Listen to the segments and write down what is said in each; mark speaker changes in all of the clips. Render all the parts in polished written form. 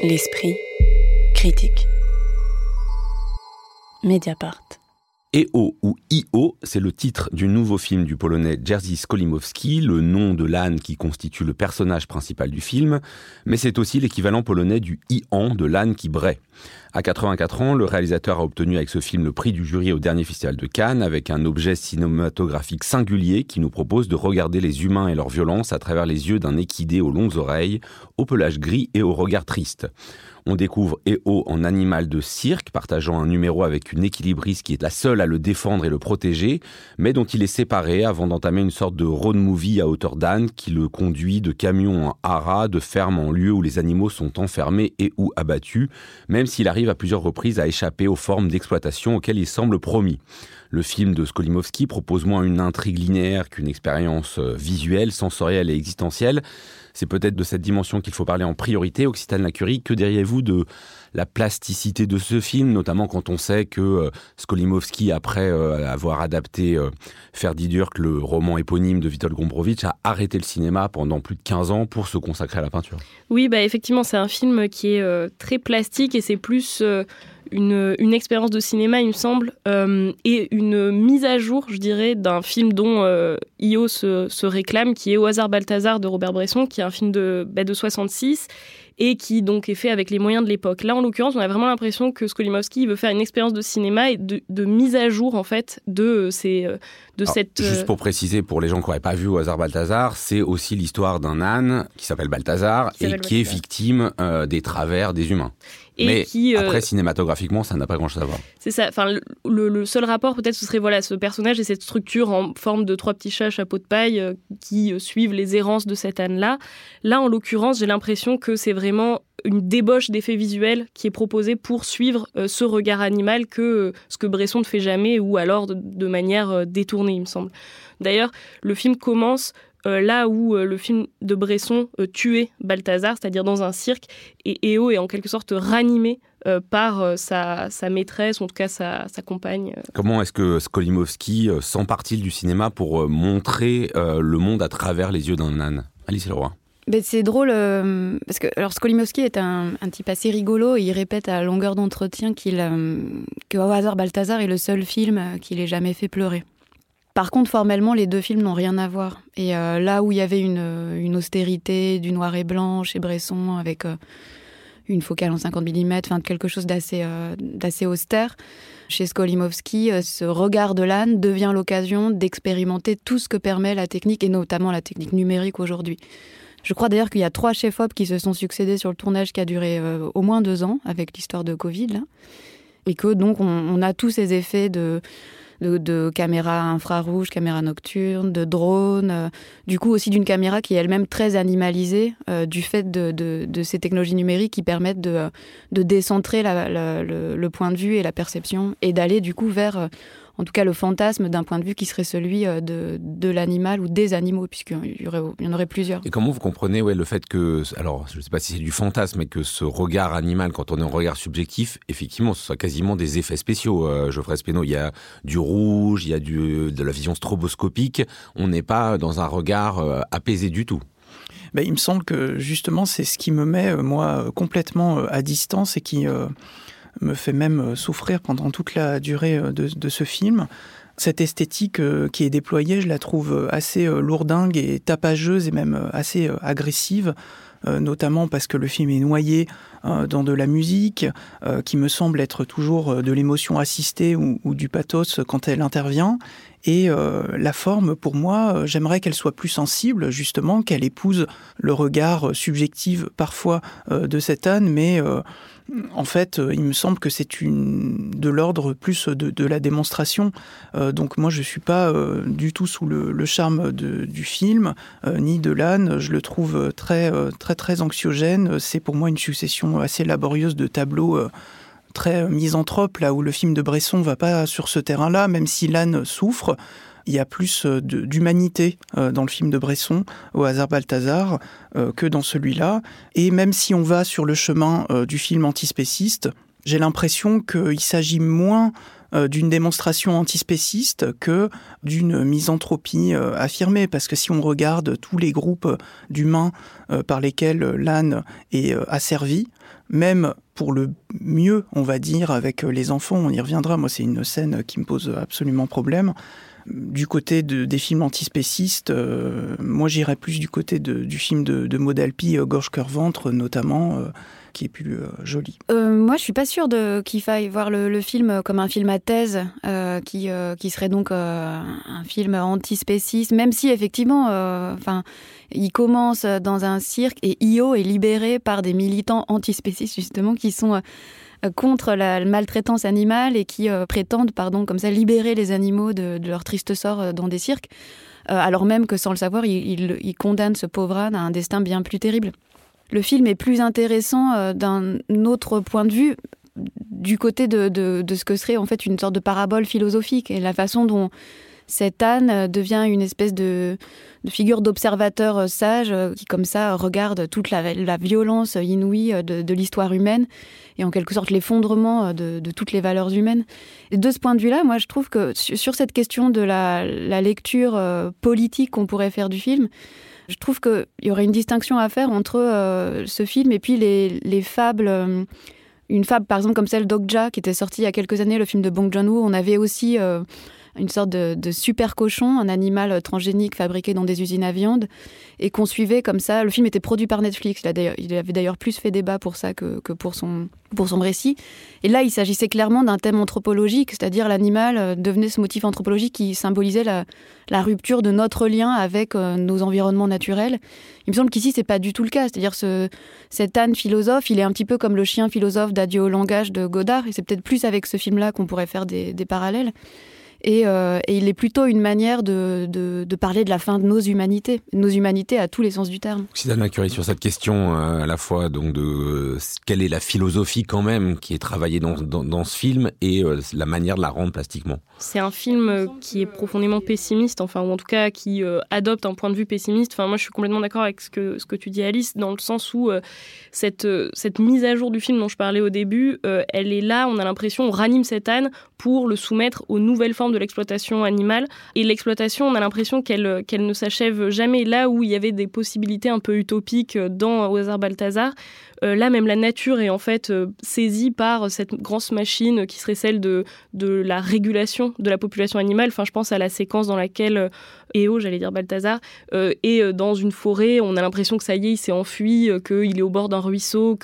Speaker 1: L'esprit critique. Mediapart.
Speaker 2: EO ou IO, c'est le titre du nouveau film du Polonais Jerzy Skolimowski, le nom de l'âne qui constitue le personnage principal du film, mais c'est aussi l'équivalent polonais du Ian de l'âne qui braie. À 84 ans, le réalisateur a obtenu avec ce film le prix du jury au dernier festival de Cannes, avec un objet cinématographique singulier qui nous propose de regarder les humains et leur violence à travers les yeux d'un équidé aux longues oreilles, au pelage gris et au regard triste. On découvre EO en animal de cirque, partageant un numéro avec une équilibriste qui est la seule à le défendre et le protéger, mais dont il est séparé avant d'entamer une sorte de road movie à hauteur d'âne qui le conduit de camion en haras, de ferme en lieu où les animaux sont enfermés et ou abattus, même s'il arrive à plusieurs reprises à échapper aux formes d'exploitation auxquelles il semble promis. Le film de Skolimowski propose moins une intrigue linéaire qu'une expérience visuelle, sensorielle et existentielle. C'est peut-être de cette dimension qu'il faut parler en priorité. Occitane Lacurie, que diriez-vous de la plasticité de ce film, notamment quand on sait que Skolimowski, après avoir adapté Ferdi Durk, le roman éponyme de Witold Gombrowicz, a arrêté le cinéma pendant plus de 15 ans pour se consacrer à la peinture.
Speaker 3: Oui, effectivement, c'est un film qui est très plastique et c'est plus une expérience de cinéma, il me semble, et une mise à jour, je dirais, d'un film dont IO se réclame, qui est Au hasard Balthazar de Robert Bresson, qui est un film de 66 et qui donc est fait avec les moyens de l'époque. Là, en l'occurrence, on a vraiment l'impression que Skolimowski veut faire une expérience de cinéma et de mise à jour, en fait, cette...
Speaker 2: Juste pour préciser, pour les gens qui n'auraient pas vu Au hasard Balthazar, c'est aussi l'histoire d'un âne qui s'appelle Balthazar et qui est victime des travers des humains. Mais après, cinématographiquement, ça n'a pas grand-chose à voir.
Speaker 3: C'est ça. Enfin, le seul rapport, peut-être, ce serait ce personnage et cette structure en forme de 3 petits chats à chapeau de paille qui suivent les errances de cet âne-là. Là, en l'occurrence, j'ai l'impression que c'est vraiment une débauche d'effets visuels qui est proposée pour suivre ce regard animal ce que Bresson ne fait jamais ou alors de manière détournée, il me semble. D'ailleurs, le film commence là où le film de Bresson tuait Balthazar, c'est-à-dire dans un cirque, et EO est en quelque sorte ranimé par sa maîtresse, ou en tout cas sa compagne.
Speaker 2: Comment est-ce que Skolimowski s'empare-t-il du cinéma pour montrer le monde à travers les yeux d'un âne ? Alice Leroy.
Speaker 4: C'est drôle, parce que Skolimowski est un type assez rigolo, et il répète à longueur d'entretien que Au hasard Balthazar est le seul film qu'il ait jamais fait pleurer. Par contre, formellement, les deux films n'ont rien à voir. Et là où il y avait une austérité, du noir et blanc chez Bresson, avec une focale en 50 mm, quelque chose d'assez austère, chez Skolimowski, ce regard de l'âne devient l'occasion d'expérimenter tout ce que permet la technique, et notamment la technique numérique aujourd'hui. Je crois d'ailleurs qu'il y a 3 chefs-op qui se sont succédés sur le tournage qui a duré au moins 2 ans, avec l'histoire de Covid, là. Et que donc on a tous ces effets de caméra infrarouge, caméra nocturne, de drone, du coup aussi d'une caméra qui est elle-même très animalisée du fait de ces technologies numériques qui permettent de décentrer le point de vue et la perception et d'aller du coup vers, en tout cas le fantasme d'un point de vue qui serait celui de l'animal ou des animaux, puisqu'il y en aurait plusieurs.
Speaker 2: Et comment vous comprenez le fait que, alors je ne sais pas si c'est du fantasme, mais que ce regard animal, quand on est en regard subjectif, effectivement, ce soit quasiment des effets spéciaux. Geoffrey Spénaud, il y a du rouge, il y a de la vision stroboscopique, on n'est pas dans un regard apaisé du tout.
Speaker 5: Il me semble que justement c'est ce qui me met, moi, complètement à distance et qui me fait même souffrir pendant toute la durée de ce film. Cette esthétique qui est déployée, je la trouve assez lourdingue et tapageuse et même assez agressive, notamment parce que le film est noyé dans de la musique qui me semble être toujours de l'émotion assistée ou du pathos quand elle intervient. Et la forme, pour moi, j'aimerais qu'elle soit plus sensible, justement, qu'elle épouse le regard subjectif parfois de cet âne, mais en fait, il me semble que c'est de l'ordre plus de la démonstration. Donc moi, je ne suis pas du tout sous le charme du film, ni de l'âne. Je le trouve très, très, très anxiogène. C'est pour moi une succession assez laborieuse de tableaux très misanthrope, là où le film de Bresson va pas sur ce terrain-là, même si l'âne souffre. Il y a plus d'humanité dans le film de Bresson, Au hasard Balthazar, que dans celui-là. Et même si on va sur le chemin du film antispéciste, j'ai l'impression qu'il s'agit moins d'une démonstration antispéciste que d'une misanthropie affirmée. Parce que si on regarde tous les groupes d'humains par lesquels l'âne est asservi, même pour le mieux, on va dire, avec les enfants, on y reviendra. Moi, c'est une scène qui me pose absolument problème. Du côté des films antispécistes, moi j'irais plus du côté du film de Maud Alpi, Gorge, Cœur, Ventre, notamment, qui est plus joli.
Speaker 4: Moi je suis pas sûre qu'il faille voir le film comme un film à thèse, qui serait donc un film antispéciste, même si effectivement, il commence dans un cirque et Io est libéré par des militants antispécistes justement qui sont contre la maltraitance animale et qui prétendent, comme ça, libérer les animaux de leur triste sort dans des cirques, alors même que, sans le savoir, ils condamnent ce pauvre âne à un destin bien plus terrible. Le film est plus intéressant d'un autre point de vue, du côté de ce que serait en fait une sorte de parabole philosophique, et la façon dont cet âne devient une espèce de figure d'observateur sage qui, comme ça, regarde toute la violence inouïe de l'histoire humaine et en quelque sorte l'effondrement de toutes les valeurs humaines. Et de ce point de vue-là, moi, je trouve que sur cette question de la lecture politique qu'on pourrait faire du film, je trouve qu'il y aurait une distinction à faire entre ce film et puis les fables. Une fable, par exemple, comme celle d'Okja, qui était sortie il y a quelques années, le film de Bong Joon-ho. On avait aussi une sorte de super cochon, un animal transgénique fabriqué dans des usines à viande, et qu'on suivait comme ça. Le film était produit par Netflix. Il avait d'ailleurs plus fait débat pour ça que pour son récit. Et là, il s'agissait clairement d'un thème anthropologique, c'est-à-dire l'animal devenait ce motif anthropologique qui symbolisait la rupture de notre lien avec nos environnements naturels. Il me semble qu'ici, c'est pas du tout le cas. C'est-à-dire cet âne philosophe, il est un petit peu comme le chien philosophe d'Adieu au langage de Godard, et c'est peut-être plus avec ce film-là qu'on pourrait faire des parallèles. Et il est plutôt une manière de parler de la fin de nos humanités à tous les sens du terme.
Speaker 2: Sidan Lacurie, sur cette question à la fois donc de quelle est la philosophie quand même qui est travaillée dans ce film et la manière de la rendre plastiquement.
Speaker 3: C'est un film qui est profondément pessimiste, ou en tout cas qui adopte un point de vue pessimiste. Moi, je suis complètement d'accord avec ce que tu dis, Alice, dans le sens où cette mise à jour du film dont je parlais au début, elle est là, on a l'impression, on ranime cet âne pour le soumettre aux nouvelles formes de l'exploitation animale. Et l'exploitation, on a l'impression qu'elle ne s'achève jamais. Là où il y avait des possibilités un peu utopiques dans Au hasard Balthazar, là même la nature est en fait saisie par cette grosse machine qui serait celle de la régulation de la population animale. Je pense à la séquence dans laquelle Balthazar, est dans une forêt. On a l'impression que ça y est, il s'est enfui, qu'il est au bord d'un ruisseau,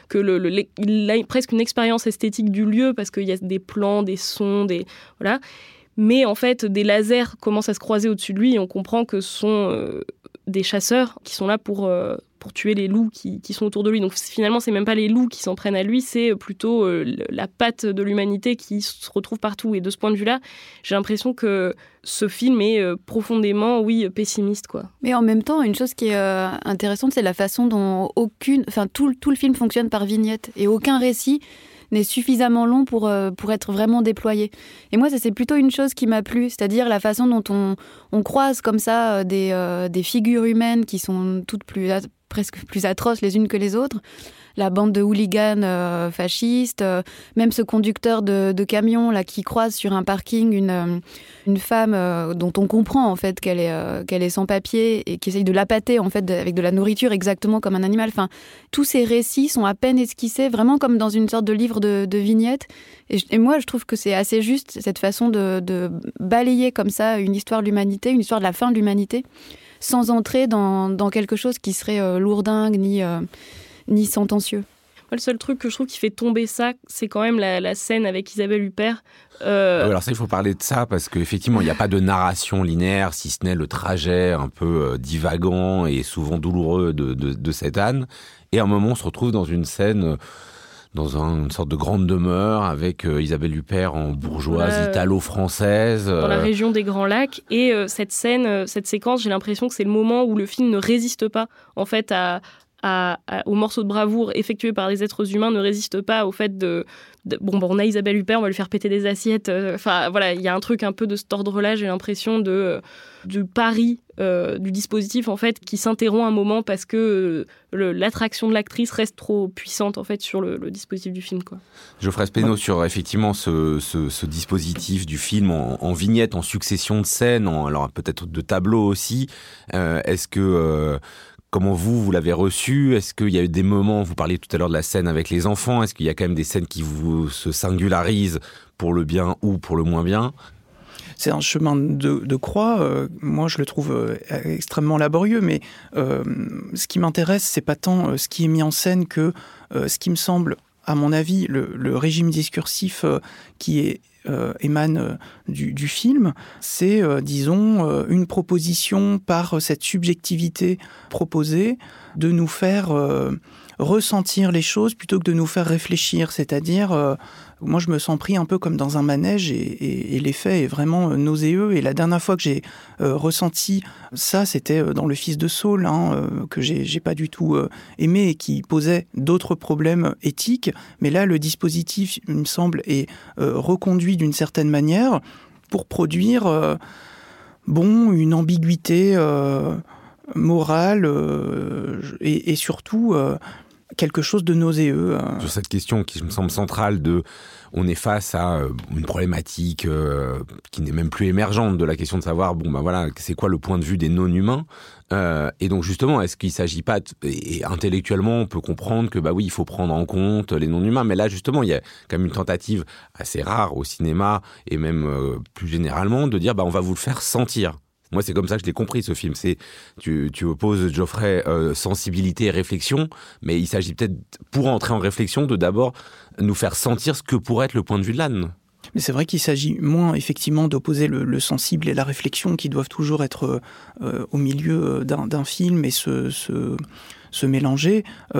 Speaker 3: il a presque une expérience esthétique du lieu parce qu'il y a des plans, des sons, voilà. Mais en fait, des lasers commencent à se croiser au-dessus de lui et on comprend que ce sont des chasseurs qui sont là pour tuer les loups qui sont autour de lui. Donc finalement, c'est même pas les loups qui s'en prennent à lui, c'est plutôt la patte de l'humanité qui se retrouve partout. Et de ce point de vue-là, j'ai l'impression que ce film est profondément, pessimiste, quoi.
Speaker 4: Mais en même temps, une chose qui est intéressante, c'est la façon dont tout le film fonctionne par vignette et aucun récit n'est suffisamment long pour être vraiment déployé. Et moi, ça, c'est plutôt une chose qui m'a plu, c'est-à-dire la façon dont on croise comme ça des figures humaines qui sont toutes presque plus atroces les unes que les autres. La bande de hooligans fascistes, même ce conducteur de camion là qui croise sur un parking une femme dont on comprend en fait qu'elle est sans papier et qui essaye de l'appâter en fait avec de la nourriture exactement comme un animal. Tous ces récits sont à peine esquissés, vraiment comme dans une sorte de livre de vignettes. Et moi, je trouve que c'est assez juste cette façon de balayer comme ça une histoire de l'humanité, une histoire de la fin de l'humanité, sans entrer dans quelque chose qui serait lourdingue ni sentencieux.
Speaker 3: Le seul truc que je trouve qui fait tomber ça, c'est quand même la scène avec Isabelle Huppert.
Speaker 2: Alors ça, il faut parler de ça parce qu'effectivement, il n'y a pas de narration linéaire, si ce n'est le trajet un peu divagant et souvent douloureux de cet âne. Et à un moment, on se retrouve dans une scène, dans une sorte de grande demeure avec Isabelle Huppert en bourgeoise italo-française.
Speaker 3: Dans la région des Grands Lacs. Et cette séquence, j'ai l'impression que c'est le moment où le film ne résiste pas, en fait, à aux morceaux de bravoure effectués par des êtres humains ne résiste pas au fait on a Isabelle Huppert, on va lui faire péter des assiettes. Enfin, voilà, il y a un truc un peu de cet ordre-là, j'ai l'impression, du pari du dispositif, en fait, qui s'interrompt un moment parce que l'attraction de l'actrice reste trop puissante, en fait, sur le dispositif du film, quoi.
Speaker 2: Geoffrey Spénaud, sur effectivement ce dispositif du film en vignette, en succession de scènes, alors peut-être de tableaux aussi, est-ce que... Comment vous l'avez reçu ? Est-ce qu'il y a eu des moments, vous parliez tout à l'heure de la scène avec les enfants, est-ce qu'il y a quand même des scènes qui vous se singularisent pour le bien ou pour le moins bien ?
Speaker 5: C'est un chemin de croix. Moi, je le trouve extrêmement laborieux, mais ce qui m'intéresse, c'est pas tant ce qui est mis en scène que ce qui me semble, à mon avis, le régime discursif qui émane du film, c'est, disons, une proposition par cette subjectivité proposée de nous faire ressentir les choses plutôt que de nous faire réfléchir. C'est-à-dire, moi je me sens pris un peu comme dans un manège et l'effet est vraiment nauséeux. Et la dernière fois que j'ai ressenti ça, c'était dans Le Fils de Saul, que j'ai pas du tout aimé et qui posait d'autres problèmes éthiques. Mais là, le dispositif, il me semble, est reconduit d'une certaine manière pour produire une ambiguïté morale et surtout quelque chose de nauséeux.
Speaker 2: Sur cette question qui me semble centrale on est face à une problématique qui n'est même plus émergente, de la question de savoir, c'est quoi le point de vue des non-humains, et donc justement, est-ce qu'il ne s'agit pas, et intellectuellement on peut comprendre que il faut prendre en compte les non-humains, mais là justement il y a quand même une tentative assez rare au cinéma, et même plus généralement, de dire on va vous le faire sentir. Moi, c'est comme ça que je l'ai compris, ce film. Tu opposes, Geoffrey, sensibilité et réflexion, mais il s'agit peut-être, pour entrer en réflexion, de d'abord nous faire sentir ce que pourrait être le point de vue de l'âne.
Speaker 5: Mais c'est vrai qu'il s'agit moins, effectivement, d'opposer le sensible et la réflexion qui doivent toujours être au milieu d'un film et se mélanger,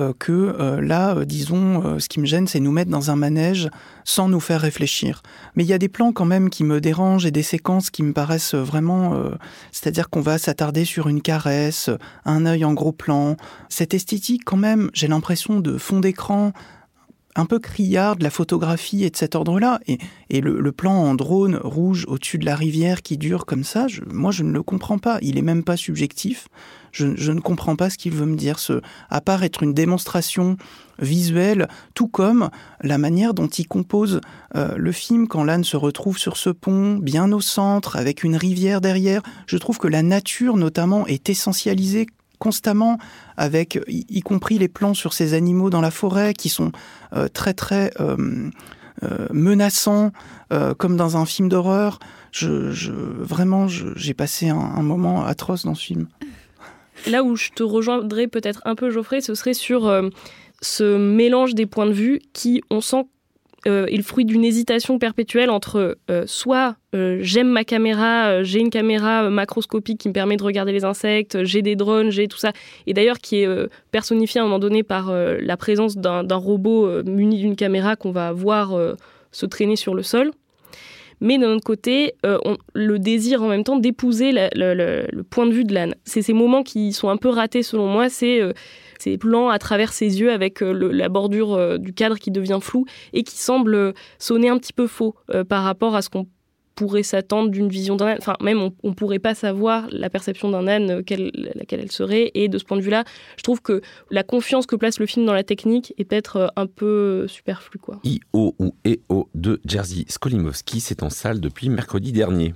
Speaker 5: disons, ce qui me gêne, c'est nous mettre dans un manège sans nous faire réfléchir. Mais il y a des plans quand même qui me dérangent et des séquences qui me paraissent vraiment... c'est-à-dire qu'on va s'attarder sur une caresse, un œil en gros plan. Cette esthétique, quand même, j'ai l'impression de fond d'écran un peu criard de la photographie et de cet ordre-là. Et le plan en drone rouge au-dessus de la rivière qui dure comme ça, moi je ne le comprends pas. Il est même pas subjectif. Je ne comprends pas ce qu'il veut me dire. À part être une démonstration visuelle, tout comme la manière dont il compose le film quand l'âne se retrouve sur ce pont, bien au centre, avec une rivière derrière. Je trouve que la nature, notamment, est essentialisée constamment, avec y compris les plans sur ces animaux dans la forêt qui sont très très menaçants, comme dans un film d'horreur. Vraiment, j'ai passé un moment atroce dans ce film.
Speaker 3: Là où je te rejoindrais peut-être un peu, Geoffrey, ce serait sur ce mélange des points de vue qui, on sent, est le fruit d'une hésitation perpétuelle entre soit j'aime ma caméra, j'ai une caméra macroscopique qui me permet de regarder les insectes, j'ai des drones, j'ai tout ça, et d'ailleurs qui est personnifié à un moment donné par la présence d'un robot muni d'une caméra qu'on va voir se traîner sur le sol. Mais d'un autre côté, le désir en même temps d'épouser le point de vue de l'âne. C'est ces moments qui sont un peu ratés selon moi, c'est ces plans à travers ses yeux avec la bordure du cadre qui devient floue et qui semble sonner un petit peu faux par rapport à ce qu'on pourrait s'attendre d'une vision d'un âne. Enfin, même on pourrait pas savoir la perception d'un âne laquelle elle serait. Et de ce point de vue-là, je trouve que la confiance que place le film dans la technique est peut-être un peu superflue, quoi.
Speaker 2: I.O. ou E.O. de Jerzy Skolimowski, c'est en salle depuis mercredi dernier.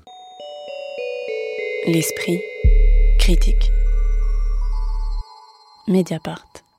Speaker 1: L'esprit critique. Mediapart.